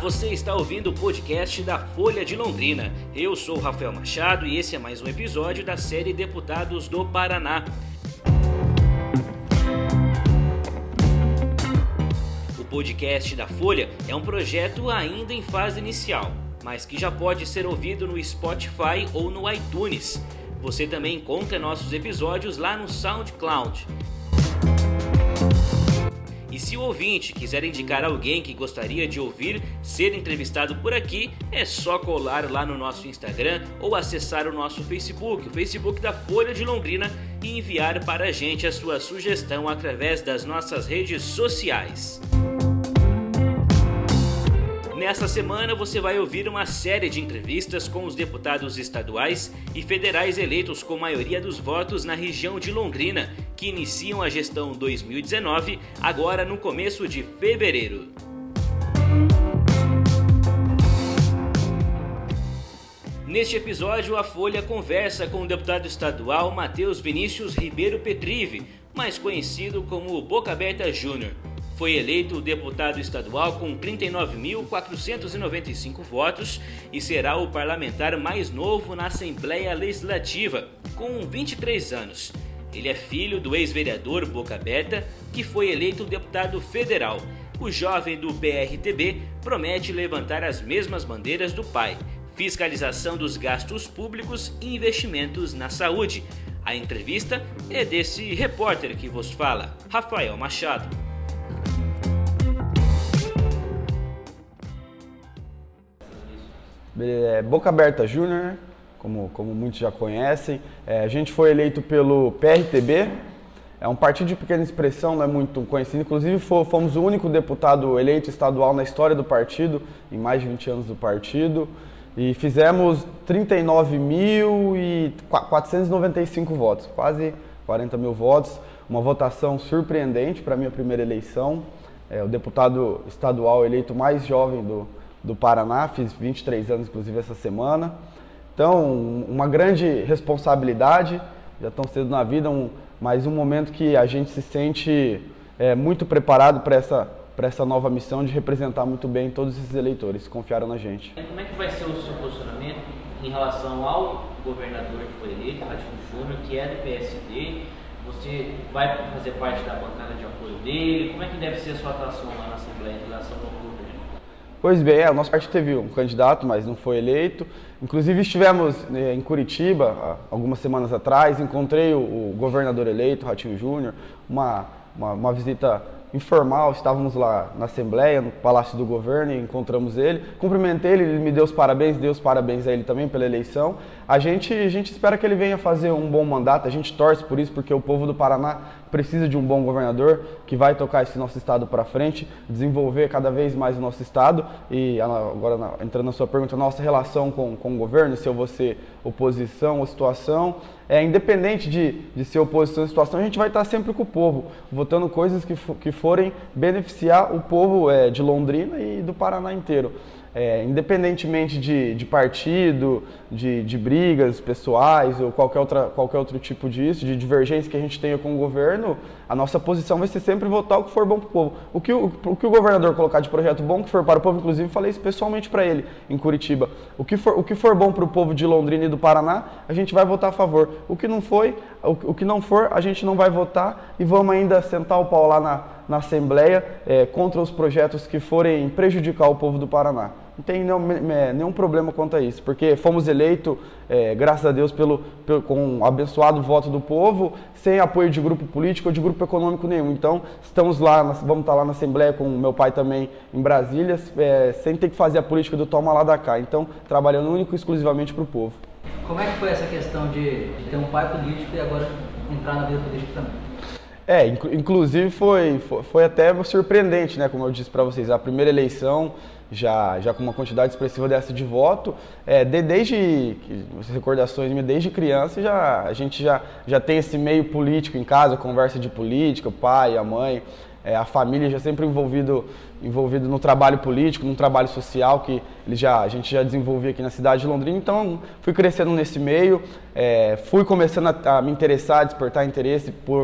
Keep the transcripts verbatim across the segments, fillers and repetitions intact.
você está ouvindo o podcast da Folha de Londrina. Eu sou o Rafael Machado e esse é mais um episódio da série Deputados do Paraná. O podcast da Folha é um projeto ainda em fase inicial, mas que já pode ser ouvido no Spotify ou no iTunes. Você também encontra nossos episódios lá no SoundCloud. E se o ouvinte quiser indicar alguém que gostaria de ouvir ser entrevistado por aqui, é só colar lá no nosso Instagram ou acessar o nosso Facebook, o Facebook da Folha de Londrina, e enviar para a gente a sua sugestão através das nossas redes sociais. Nesta semana você vai ouvir uma série de entrevistas com os deputados estaduais e federais eleitos com maioria dos votos na região de Londrina, que iniciam a gestão dois mil e dezenove, agora no começo de fevereiro. Neste episódio, a Folha conversa com o deputado estadual Matheus Vinícius Ribeiro Petrive, mais conhecido como Boca Aberta Júnior. Foi eleito deputado estadual com trinta e nove mil quatrocentos e noventa e cinco votos e será o parlamentar mais novo na Assembleia Legislativa, com vinte e três anos. Ele é filho do ex-vereador Boca Aberta, que foi eleito deputado federal. O jovem do P R T B promete levantar as mesmas bandeiras do pai: fiscalização dos gastos públicos e investimentos na saúde. A entrevista é desse repórter que vos fala, Rafael Machado. Boca Aberta Júnior, como, como muitos já conhecem. É, a gente foi eleito pelo P R T B, é um partido de pequena expressão, não é muito conhecido. Inclusive fomos o único deputado eleito estadual na história do partido, em mais de vinte anos do partido. E fizemos trinta e nove mil quatrocentos e noventa e cinco votos, quase quarenta mil votos. Uma votação surpreendente para a minha primeira eleição. É o deputado estadual eleito mais jovem do do Paraná, fiz vinte e três anos inclusive essa semana. Então, uma grande responsabilidade, já tão cedo na vida, um, mas um momento que a gente se sente é, muito preparado para essa, para essa nova missão de representar muito bem todos esses eleitores que confiaram na gente. Como é que vai ser o seu posicionamento em relação ao governador que foi eleito, Ratinho Júnior, que é do P S D? Você vai fazer parte da bancada de apoio dele? Como é que deve ser a sua atuação lá na Assembleia em relação ao governo? Pois bem, é, o nosso partido teve um candidato, mas não foi eleito. Inclusive estivemos né, em Curitiba, algumas semanas atrás, encontrei o, o governador eleito, Ratinho Júnior, uma, uma, uma visita informal, estávamos lá na Assembleia, no Palácio do Governo, e encontramos ele. Cumprimentei ele, ele me deu os parabéns, deu os parabéns a ele também pela eleição. A gente, a gente espera que ele venha fazer um bom mandato, a gente torce por isso, porque o povo do Paraná precisa de um bom governador que vai tocar esse nosso estado para frente, desenvolver cada vez mais o nosso estado. E agora, entrando na sua pergunta, a nossa relação com, com o governo, se eu vou ser oposição ou situação, é independente de, de ser oposição ou situação, a gente vai estar sempre com o povo, votando coisas que, que forem beneficiar o povo é, de Londrina e do Paraná inteiro. É, independentemente de, de partido, de, de brigas pessoais ou qualquer, outra, qualquer outro tipo disso, de divergência que a gente tenha com o governo, a nossa posição vai ser sempre votar o que for bom para o povo. O que o, o que o governador colocar de projeto bom que for para o povo, inclusive falei isso pessoalmente para ele em Curitiba, o que for, o que for bom para o povo de Londrina e do Paraná, a gente vai votar a favor. O que não foi, o, o que não for, a gente não vai votar e vamos ainda sentar o pau lá na, na Assembleia é, contra os projetos que forem prejudicar o povo do Paraná. Não tem nenhum, nenhum problema quanto a isso, porque fomos eleitos, é, graças a Deus, pelo, pelo, com um abençoado voto do povo, sem apoio de grupo político ou de grupo econômico nenhum. Então, estamos lá, vamos estar lá na Assembleia com o meu pai também em Brasília, é, sem ter que fazer a política do toma lá da cá. Então, trabalhando único e exclusivamente para o povo. Como é que foi essa questão de, de ter um pai político e agora entrar na vida política também? É, inclusive foi, foi, foi até surpreendente, né, como eu disse para vocês, a primeira eleição, já, já com uma quantidade expressiva dessa de voto, é, de, desde, recordações minhas, desde criança, já, a gente já, já tem esse meio político em casa, conversa de política, o pai, a mãe, é, a família já sempre envolvido, envolvido no trabalho político, no trabalho social que ele já, a gente já desenvolvia aqui na cidade de Londrina. Então fui crescendo nesse meio, é, fui começando a, a me interessar, a despertar interesse por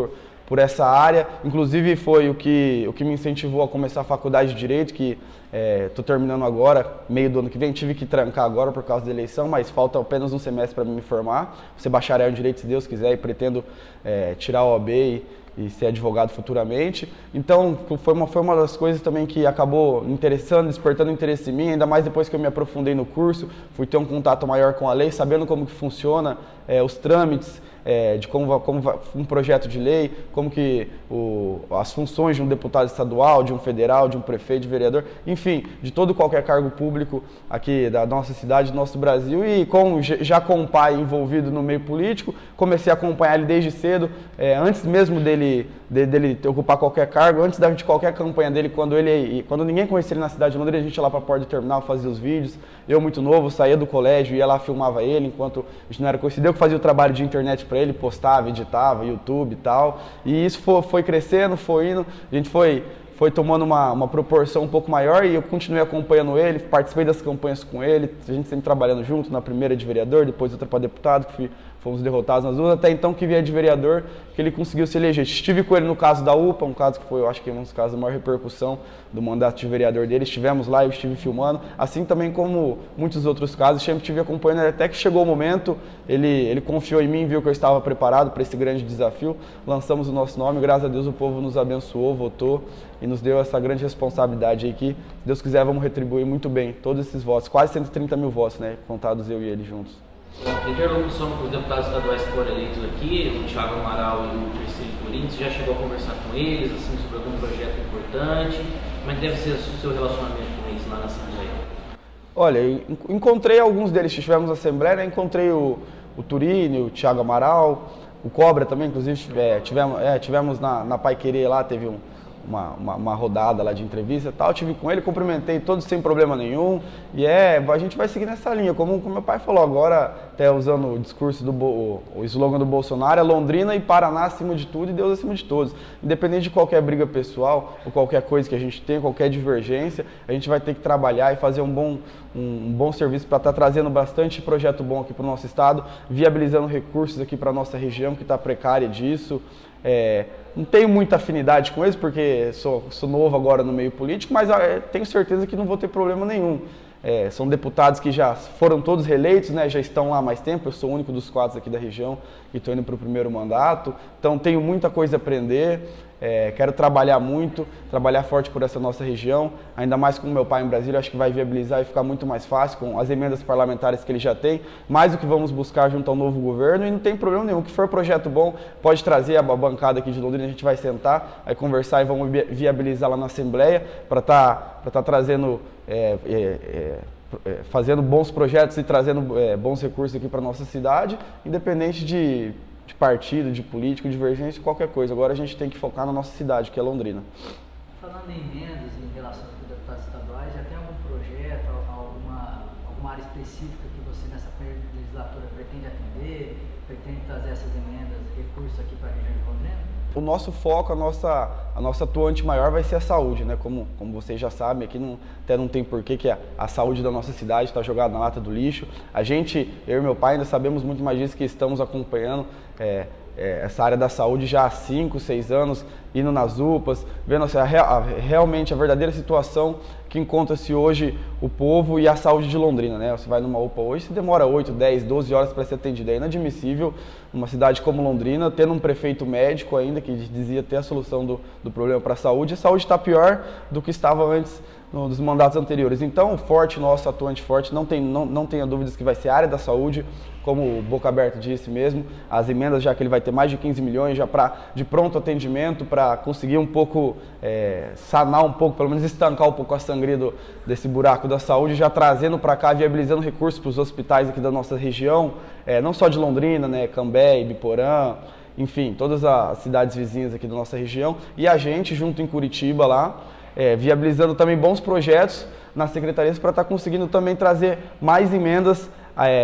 por essa área. Inclusive foi o que, o que me incentivou a começar a faculdade de Direito, que estou é, terminando agora, meio do ano que vem. Tive que trancar agora por causa da eleição, mas falta apenas um semestre para me formar. Vou ser bacharel em Direito, se Deus quiser, e pretendo é, tirar a O A B e, e ser advogado futuramente. Então foi uma, foi uma das coisas também que acabou interessando, despertando interesse em mim, ainda mais depois que eu me aprofundei no curso, fui ter um contato maior com a lei, sabendo como que funciona é, os trâmites, É, de como, vai, como vai, um projeto de lei, como que o, as funções de um deputado estadual, de um federal, de um prefeito, de vereador, enfim, de todo qualquer cargo público aqui da nossa cidade, do nosso Brasil. E com, já com o pai envolvido no meio político, comecei a acompanhar ele desde cedo, é, antes mesmo dele, de, dele ocupar qualquer cargo, antes de qualquer campanha dele, quando, ele, quando ninguém conhecia ele na cidade de Londrina, a gente ia lá para a porta do terminal, fazia os vídeos. Eu, muito novo, saía do colégio, ia lá, filmava ele, enquanto a gente não era conhecido. Eu que fazia o trabalho de internet para ele, postava, editava, YouTube e tal. E isso foi, foi crescendo, foi indo, a gente foi, foi tomando uma, uma proporção um pouco maior e eu continuei acompanhando ele, participei das campanhas com ele, a gente sempre trabalhando junto, na primeira de vereador, depois outra para deputado, que fui, fomos derrotados nas duas, até então que via de vereador, que ele conseguiu se eleger. Estive com ele no caso da U P A, um caso que foi, eu acho que um dos casos de maior repercussão do mandato de vereador dele. Estivemos lá, eu estive filmando, assim também como muitos outros casos, sempre estive acompanhando, até que chegou o momento, ele, ele confiou em mim, viu que eu estava preparado para esse grande desafio, lançamos o nosso nome, graças a Deus o povo nos abençoou, votou e nos deu essa grande responsabilidade aí que, se Deus quiser, vamos retribuir muito bem todos esses votos, quase cento e trinta mil votos, né, contados eu e ele juntos. A interlocução com os deputados estaduais que foram eleitos aqui, o Thiago Amaral e o Terceiro Corinthians, você já chegou a conversar com eles, assim, sobre algum projeto importante? Como é que deve ser o seu relacionamento com eles lá na Assembleia? Olha, eu encontrei alguns deles que estivemos na Assembleia, né? Encontrei o, o Turini, o Thiago Amaral, o Cobra também, inclusive é, tivemos, é, tivemos na, na Pai Querer lá, teve um, uma, uma, uma rodada lá de entrevista e tal, tive com ele, cumprimentei todos sem problema nenhum, e é, a gente vai seguir nessa linha, como, como meu pai falou agora, até usando o discurso, do o, o slogan do Bolsonaro, é Londrina e Paraná acima de tudo e Deus acima de todos. Independente de qualquer briga pessoal ou qualquer coisa que a gente tem, qualquer divergência, a gente vai ter que trabalhar e fazer um bom, um, um bom serviço para estar tá trazendo bastante projeto bom aqui para o nosso estado, viabilizando recursos aqui para a nossa região que está precária disso. É, não tenho muita afinidade com eles porque sou, sou novo agora no meio político, mas é, tenho certeza que não vou ter problema nenhum. É, são deputados que já foram todos reeleitos, né, já estão lá há mais tempo, eu sou o único dos quatro aqui da região e estou indo para o primeiro mandato, então tenho muita coisa a aprender, é, quero trabalhar muito, trabalhar forte por essa nossa região, ainda mais com o meu pai em Brasília, acho que vai viabilizar e ficar muito mais fácil com as emendas parlamentares que ele já tem, mais o que vamos buscar junto ao novo governo e não tem problema nenhum, o que for projeto bom, pode trazer a bancada aqui de Londrina, a gente vai sentar, vai conversar e vamos viabilizar lá na Assembleia para estar tá, tá trazendo... É, é, é, fazendo bons projetos e trazendo é, bons recursos aqui para a nossa cidade, independente de, de partido, de político, divergência, qualquer coisa. Agora a gente tem que focar na nossa cidade, que é Londrina. Falando em emendas em relação aos deputados estaduais, já tem algum projeto, alguma, alguma área específica que você nessa legislatura pretende atender, pretende trazer essas emendas, recursos aqui para a região de Londrina? O nosso foco, a nossa, a nossa atuante maior vai ser a saúde, né? Como, como vocês já sabem, aqui não, até não tem porquê que a, a saúde da nossa cidade está jogada na lata do lixo. A gente, eu e meu pai, ainda sabemos muito mais disso, que estamos acompanhando é, é, essa área da saúde já há cinco, seis anos, indo nas U P As, vendo assim, a, a, realmente a verdadeira situação que encontra-se hoje o povo e a saúde de Londrina, né? Você vai numa U P A hoje, você demora oito, dez, doze horas para ser atendido. É inadmissível numa cidade como Londrina, tendo um prefeito médico ainda, que dizia ter a solução do, do problema para a saúde, a saúde está pior do que estava antes no, dos mandatos anteriores. Então, o forte nosso, atuante forte, não, tem, não, não tenha dúvidas que vai ser a área da saúde, como o Boca Aberta disse mesmo, as emendas já que ele vai ter mais de quinze milhões já pra, de pronto atendimento para conseguir um pouco, é, sanar um pouco, pelo menos estancar um pouco a sangria do, desse buraco da saúde, já trazendo para cá, viabilizando recursos para os hospitais aqui da nossa região, é, não só de Londrina, né, Cambé, Ibiporã, enfim, todas as cidades vizinhas aqui da nossa região, e a gente junto em Curitiba lá, é, viabilizando também bons projetos nas secretarias para estar tá conseguindo também trazer mais emendas, é,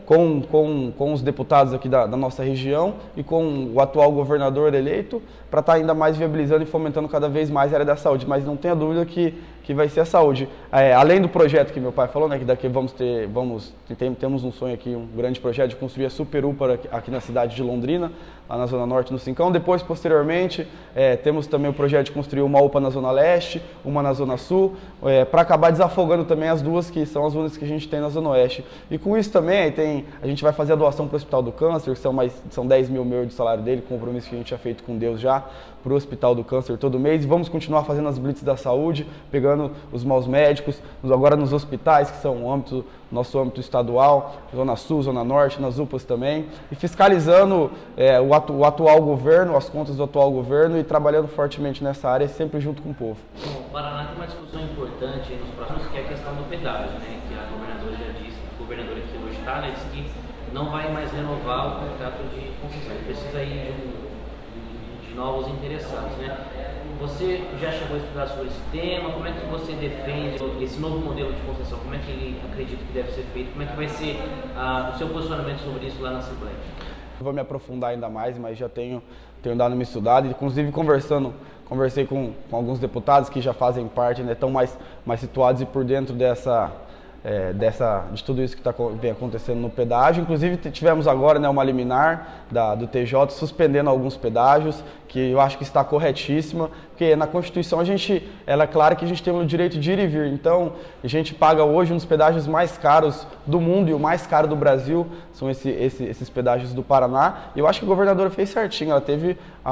com, com, com os deputados aqui da, da nossa região e com o atual governador eleito, para estar ainda mais viabilizando e fomentando cada vez mais a área da saúde. Mas não tenha dúvida que, que vai ser a saúde. É, além do projeto que meu pai falou, né, que daqui vamos ter, vamos, tem, temos um sonho aqui, um grande projeto de construir a Super U P A aqui, aqui na cidade de Londrina, lá na Zona Norte, no Cincão. Depois, posteriormente, é, temos também o projeto de construir uma U P A na Zona Leste, uma na Zona Sul, é, para acabar desafogando também as duas que são as únicas que a gente tem na Zona Oeste. E com isso também, tem, a gente vai fazer a doação para o Hospital do Câncer, que são, mais, são dez mil mil de salário dele, compromisso que a gente já feito com Deus já, para o Hospital do Câncer todo mês. E vamos continuar fazendo as blitz da saúde, pegando os maus médicos, agora nos hospitais, que são o âmbito, nosso âmbito estadual, Zona Sul, Zona Norte, nas U P As também, e fiscalizando é, o, atu, o atual governo, as contas do atual governo e trabalhando fortemente nessa área, sempre junto com o povo. Bom, o Paraná tem uma discussão importante nos próximos, que é a questão do pedágio, né? Que a governadora já disse, o governador que hoje está, né, disse que não vai mais renovar o contrato de concessão, ele precisa aí de, um, de novos interessados, né? Você já chegou a estudar sobre esse tema? Como é que você defende esse novo modelo de concessão? Como é que ele acredita que deve ser feito? Como é que vai ser ah, o seu posicionamento sobre isso lá na Assembleia? Eu vou me aprofundar ainda mais, mas já tenho, tenho dado uma estudada, inclusive conversando, conversei com, com alguns deputados que já fazem parte, né, estão mais, mais situados e por dentro dessa... É, dessa, de tudo isso que tá, vem acontecendo no pedágio. Inclusive tivemos agora, né, uma liminar da, do T J suspendendo alguns pedágios, que eu acho que está corretíssima, porque na Constituição a gente, ela é clara que a gente tem o direito de ir e vir, então a gente paga hoje um dos pedágios mais caros do mundo e o mais caro do Brasil, são esse, esse, esses pedágios do Paraná, e eu acho que a governadora fez certinho, ela teve a,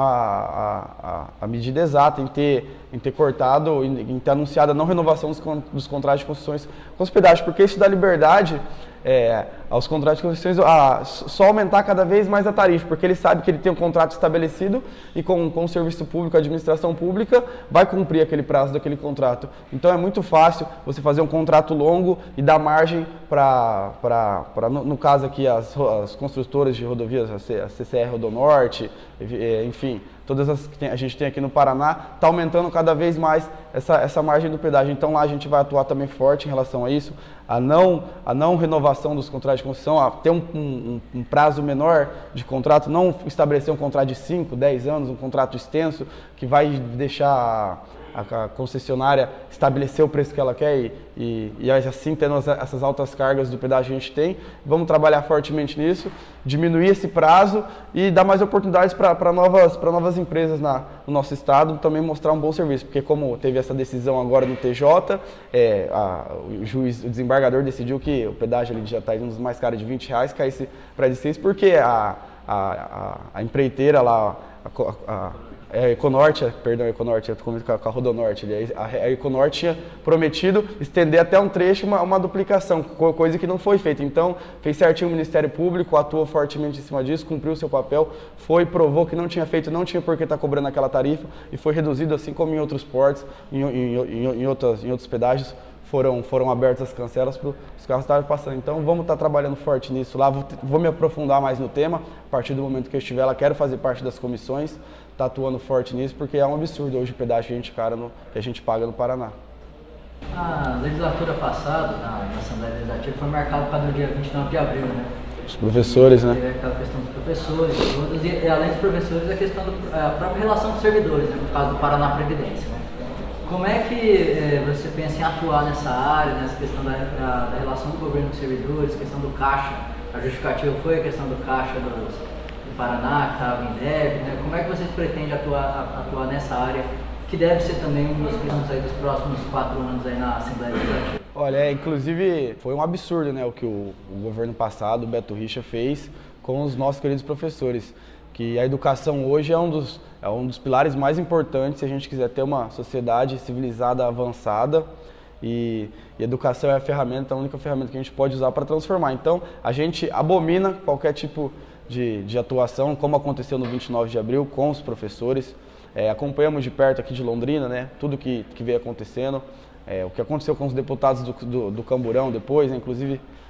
a, a medida exata em ter, em ter cortado, em, em ter anunciado a não renovação dos, dos contratos de concessões com os pedágios, porque isso dá liberdade é, aos contratos de concessões a só aumentar cada vez mais a tarifa, porque ele sabe que ele tem um contrato estabelecido e com, com o serviço público, a administração pública, vai cumprir aquele prazo daquele contrato. Então é muito fácil você fazer um contrato longo e dar margem para, no, no caso aqui, as, as construtoras de rodovias, a C C R Rodonorte, enfim, todas as que a gente tem aqui no Paraná, está aumentando cada vez mais essa, essa margem do pedágio. Então lá a gente vai atuar também forte em relação a isso, a não, a não renovação dos contratos de concessão, a ter um, um, um prazo menor de contrato, não estabelecer um contrato de cinco, dez anos, um contrato extenso, que vai deixar a, a concessionária estabelecer o preço que ela quer e, e, e assim, tendo as, essas altas cargas do pedágio que a gente tem, vamos trabalhar fortemente nisso, diminuir esse prazo e dar mais oportunidades para novas, para novas empresas na, no nosso estado, também mostrar um bom serviço, porque como teve essa decisão agora no T J, é, a, o juiz, o desembargador decidiu que o pedágio ali já está um dos mais caros de vinte reais, caísse para dezesseis, porque a, a, a, a empreiteira lá, a, a, É, a Econorte, perdão, a Econorte, eu estou com a Rodonorte, a, a Econorte tinha prometido estender até um trecho uma, uma duplicação, coisa que não foi feita. Então, fez certinho o Ministério Público, atuou fortemente em cima disso, cumpriu o seu papel, foi, provou que não tinha feito, não tinha por que estar cobrando aquela tarifa e foi reduzido, assim como em outros portos, em, em, em, em, outras, em outros pedágios. Foram, foram abertas as cancelas para os carros estarem passando. Então vamos estar trabalhando forte nisso lá, vou, vou me aprofundar mais no tema, a partir do momento que eu estiver lá, quero fazer parte das comissões, estar atuando forte nisso, porque é um absurdo hoje o pedágio que a gente, cara no, que a gente paga no Paraná. A legislatura passada, na, na Assembleia Legislativa, foi marcada para o dia vinte e nove de abril, né? Os professores, né? Teve aquela questão dos professores, todos, e, e além dos professores, a questão da própria relação com servidores, né? No caso do Paraná Previdência, né? Como é que eh, você pensa em atuar nessa área, nessa questão da, da, da relação do governo com os servidores, questão do caixa? A justificativa foi a questão do caixa do, do Paraná, que estava em débito, né? Como é que vocês pretendem atuar, atuar nessa área, que deve ser também um dos questões aí dos próximos quatro anos aí na Assembleia Legislativa? Olha, é, inclusive foi um absurdo, né, o que o, o governo passado, o Beto Richa, fez com os nossos queridos professores. Que a educação hoje é um dos, é um dos pilares mais importantes se a gente quiser ter uma sociedade civilizada, avançada, e, e educação é a ferramenta, a única ferramenta que a gente pode usar para transformar. Então, a gente abomina qualquer tipo de, de atuação, como aconteceu no vinte e nove de abril, com os professores. É, acompanhamos de perto aqui de Londrina, né, tudo que, que veio acontecendo, é, o que aconteceu com os deputados do, do, do Camburão depois, né, inclusive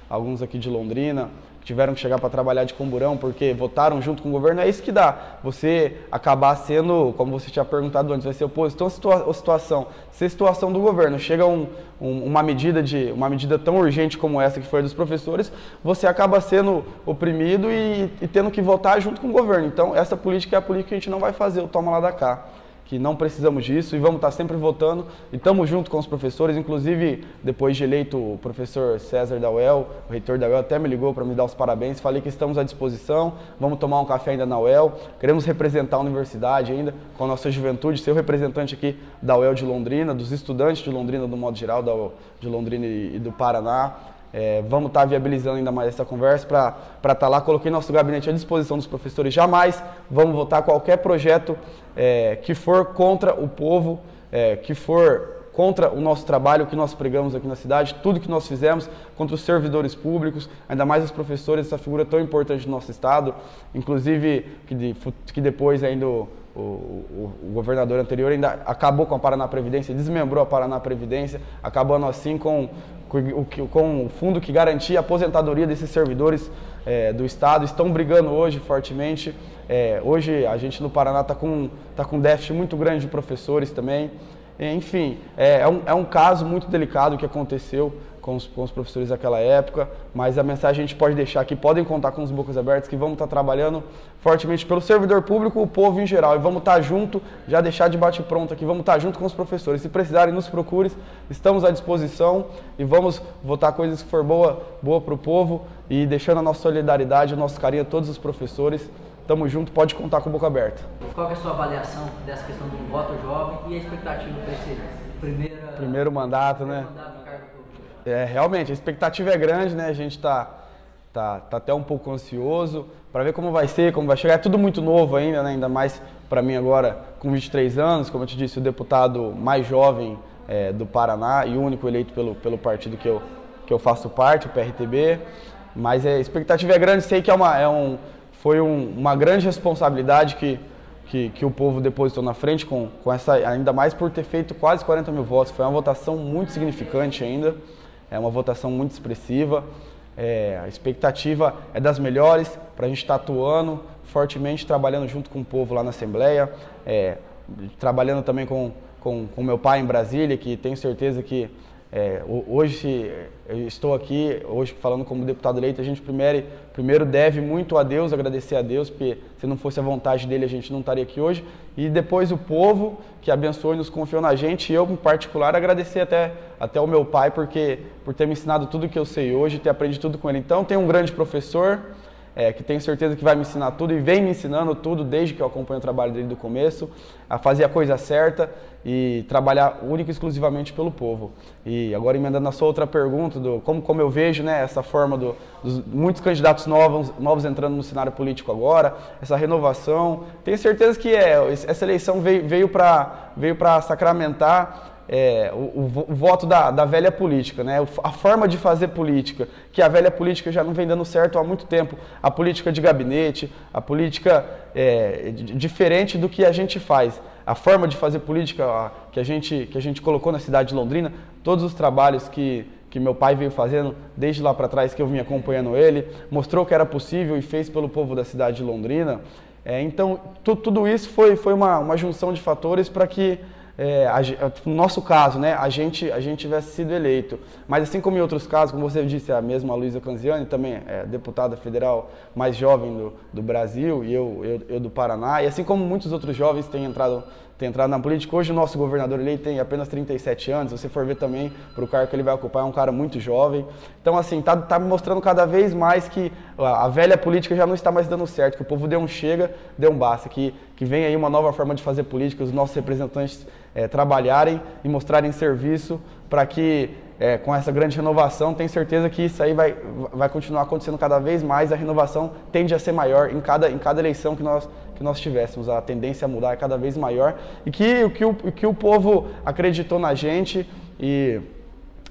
alguns aqui de Londrina, que tiveram que chegar para trabalhar de Camburão porque votaram junto com o governo. É isso que dá, você acabar sendo, como você tinha perguntado antes, vai ser oposição ou situação. Se a situação do governo chega a um, um, uma, medida de, uma medida tão urgente como essa que foi a dos professores, você acaba sendo oprimido e, e tendo que votar junto com o governo. Então, essa política é a política que a gente não vai fazer, o toma lá da cá. Que não precisamos disso e vamos estar sempre votando e estamos junto com os professores, inclusive depois de eleito o professor César da U E L, o reitor da U E L até me ligou para me dar os parabéns, falei que estamos à disposição, vamos tomar um café ainda na U E L, queremos representar a universidade ainda com a nossa juventude, ser o representante aqui da U E L de Londrina, dos estudantes de Londrina do modo geral, da U E L de Londrina e do Paraná. É, vamos estar viabilizando ainda mais essa conversa para estar lá. Coloquei nosso gabinete à disposição dos professores. Jamais vamos votar qualquer projeto é, que for contra o povo, é, que for contra o nosso trabalho, o que nós pregamos aqui na cidade, tudo que nós fizemos, contra os servidores públicos, ainda mais os professores, essa figura tão importante do nosso estado, inclusive que, de, que depois ainda o, o, o, o governador anterior ainda acabou com a Paraná Previdência, desmembrou a Paraná Previdência, acabando assim com O, com o fundo que garantia a aposentadoria desses servidores é, do Estado, estão brigando hoje fortemente. É, hoje a gente no Paraná está com, tá com um déficit muito grande de professores também. Enfim, é, é, um, é um caso muito delicado que aconteceu com os, com os professores daquela época, mas a mensagem a gente pode deixar aqui, podem contar com os bocas abertas, que vamos estar trabalhando fortemente pelo servidor público, o povo em geral, e vamos estar junto, já deixar de bate pronto aqui, vamos estar junto com os professores. Se precisarem, nos procure, estamos à disposição e vamos votar coisas que for boa, boa para o povo e deixando a nossa solidariedade, o nosso carinho a todos os professores. Tamo junto, pode contar com a boca aberta. Qual é a sua avaliação dessa questão do voto jovem e a expectativa para esse primeiro, primeiro mandato, primeiro né? mandato do cargo público? É, realmente, a expectativa é grande, né? A gente tá, tá, tá até um pouco ansioso para ver como vai ser, como vai chegar. É tudo muito novo ainda, né? Ainda mais para mim agora, com vinte e três anos, como eu te disse, o deputado mais jovem é, do Paraná e o único eleito pelo, pelo partido que eu, que eu faço parte, o P R T B. Mas é, a expectativa é grande, sei que é uma... É um, Foi um, uma grande responsabilidade que, que, que o povo depositou na frente, com, com essa, ainda mais por ter feito quase quarenta mil votos. Foi uma votação muito significante ainda, é uma votação muito expressiva. É, a expectativa é das melhores para a gente estar atuando fortemente, trabalhando junto com o povo lá na Assembleia, é, trabalhando também com com, com meu pai em Brasília, que tenho certeza que É, hoje eu estou aqui, hoje falando como deputado eleito, a gente primeiro, primeiro deve muito a Deus, agradecer a Deus, porque se não fosse a vontade dele a gente não estaria aqui hoje, e depois o povo que abençoou e nos confiou na gente, e eu em particular agradecer até, até o meu pai porque, por ter me ensinado tudo que eu sei hoje, ter aprendido tudo com ele. Então tem um grande professor, É, que tenho certeza que vai me ensinar tudo e vem me ensinando tudo desde que eu acompanho o trabalho dele do começo, a fazer a coisa certa e trabalhar única e exclusivamente pelo povo. E agora emendando na sua outra pergunta, do como, como eu vejo, né, essa forma do, dos muitos candidatos novos, novos entrando no cenário político agora, essa renovação, tenho certeza que é, essa eleição veio, veio para veio para sacramentar É, o, o, o voto da, da velha política, né? A forma de fazer política, que a velha política já não vem dando certo há muito tempo, a política de gabinete, a política é, diferente do que a gente faz, a forma de fazer política a, que, a gente, que a gente colocou na cidade de Londrina, todos os trabalhos que, que meu pai veio fazendo desde lá para trás, que eu vim acompanhando ele, mostrou que era possível e fez pelo povo da cidade de Londrina. É, então, tu, tudo isso foi, foi uma, uma junção de fatores para que É, a, no nosso caso, né, a gente, a gente tivesse sido eleito. Mas assim como em outros casos, como você disse, a mesma Luísa Canziani, também é deputada federal mais jovem do, do Brasil, e eu, eu, eu do Paraná, e assim como muitos outros jovens têm entrado, têm entrado na política, hoje o nosso governador eleito tem apenas trinta e sete anos, se você for ver também para o cargo que ele vai ocupar, é um cara muito jovem. Então assim, tá, tá mostrando cada vez mais que a, a velha política já não está mais dando certo, que o povo deu um chega, deu um basta, que, que vem aí uma nova forma de fazer política, os nossos representantes É, trabalharem e mostrarem serviço para que, é, com essa grande renovação, tenho certeza que isso aí vai, vai continuar acontecendo cada vez mais, a renovação tende a ser maior em cada, em cada eleição que nós, que nós tivéssemos, a tendência a mudar é cada vez maior, e que, que, o, que o povo acreditou na gente e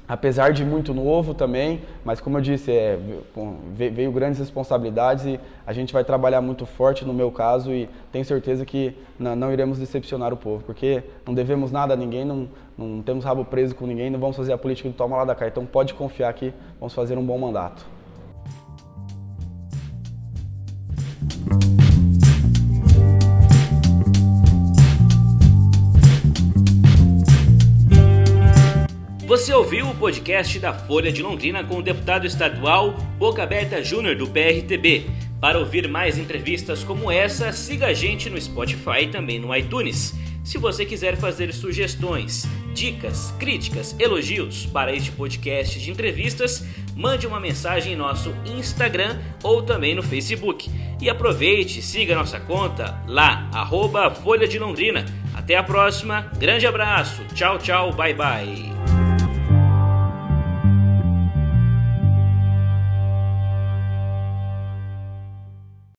apesar de muito novo também, mas como eu disse, é, veio grandes responsabilidades e a gente vai trabalhar muito forte no meu caso e tenho certeza que não, não iremos decepcionar o povo, porque não devemos nada a ninguém, não, não temos rabo preso com ninguém, não vamos fazer a política do toma lá da cá, então pode confiar que vamos fazer um bom mandato. Você ouviu o podcast da Folha de Londrina com o deputado estadual Boca Aberta Júnior do P R T B. Para ouvir mais entrevistas como essa, siga a gente no Spotify e também no iTunes. Se você quiser fazer sugestões, dicas, críticas, elogios para este podcast de entrevistas, mande uma mensagem em nosso Instagram ou também no Facebook. E aproveite, siga nossa conta lá, arroba Folha de Londrina. Até a próxima, grande abraço, tchau, tchau, bye, bye.